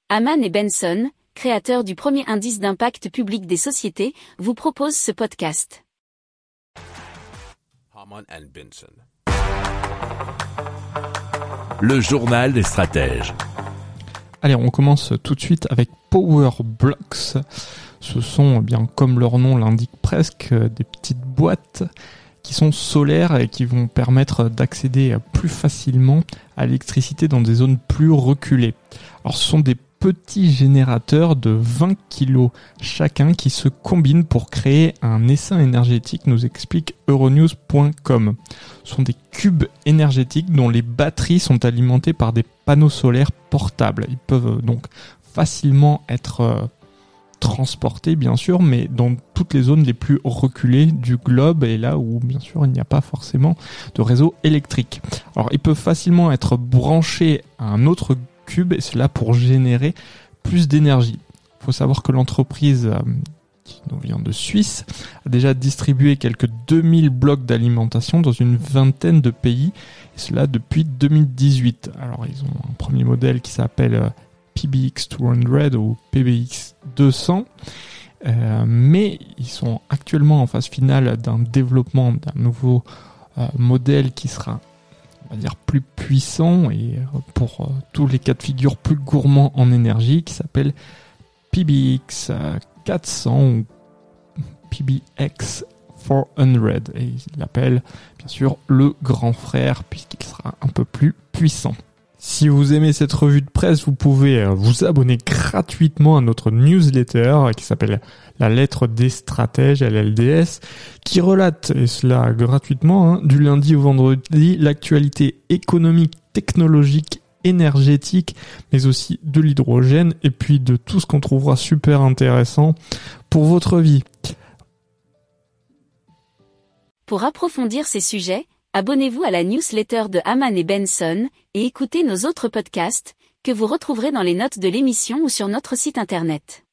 Hamann et Benson, créateurs du premier indice d'impact public des sociétés, vous proposent ce podcast. Hamann and Benson. Le journal des stratèges. Allez, on commence tout de suite avec Power Blocks. Ce sont, bien comme leur nom l'indique presque, des petites boîtes qui sont solaires et qui vont permettre d'accéder plus facilement à l'électricité dans des zones plus reculées. Alors, ce sont des petits générateurs de 20 kg chacun qui se combinent pour créer un essaim énergétique, nous explique Euronews.com. Ce sont des cubes énergétiques dont les batteries sont alimentées par des panneaux solaires portables. Ils peuvent donc facilement être transportés, bien sûr, mais dans toutes les zones les plus reculées du globe et là où, bien sûr, il n'y a pas forcément de réseau électrique. Alors, ils peuvent facilement être branchés à un autre cube et cela pour générer plus d'énergie. Il faut savoir que l'entreprise qui nous vient de Suisse a déjà distribué quelques 2000 blocs d'alimentation dans une vingtaine de pays et cela depuis 2018. Alors ils ont un premier modèle qui s'appelle PBX 200 ou PBX 200 mais ils sont actuellement en phase finale d'un développement d'un nouveau modèle qui sera, on va dire, plus puissant et pour tous les cas de figure plus gourmands en énergie, qui s'appelle PBX 400 ou PBX 400 et il l'appelle bien sûr le grand frère puisqu'il sera un peu plus puissant. Si vous aimez cette revue de presse, vous pouvez vous abonner gratuitement à notre newsletter qui s'appelle La lettre des stratèges, LLDS, qui relate, et cela gratuitement, du lundi au vendredi, l'actualité économique, technologique, énergétique, mais aussi de l'hydrogène et puis de tout ce qu'on trouvera super intéressant pour votre vie. Pour approfondir ces sujets, abonnez-vous à la newsletter de Hamann et Benson et écoutez nos autres podcasts que vous retrouverez dans les notes de l'émission ou sur notre site internet.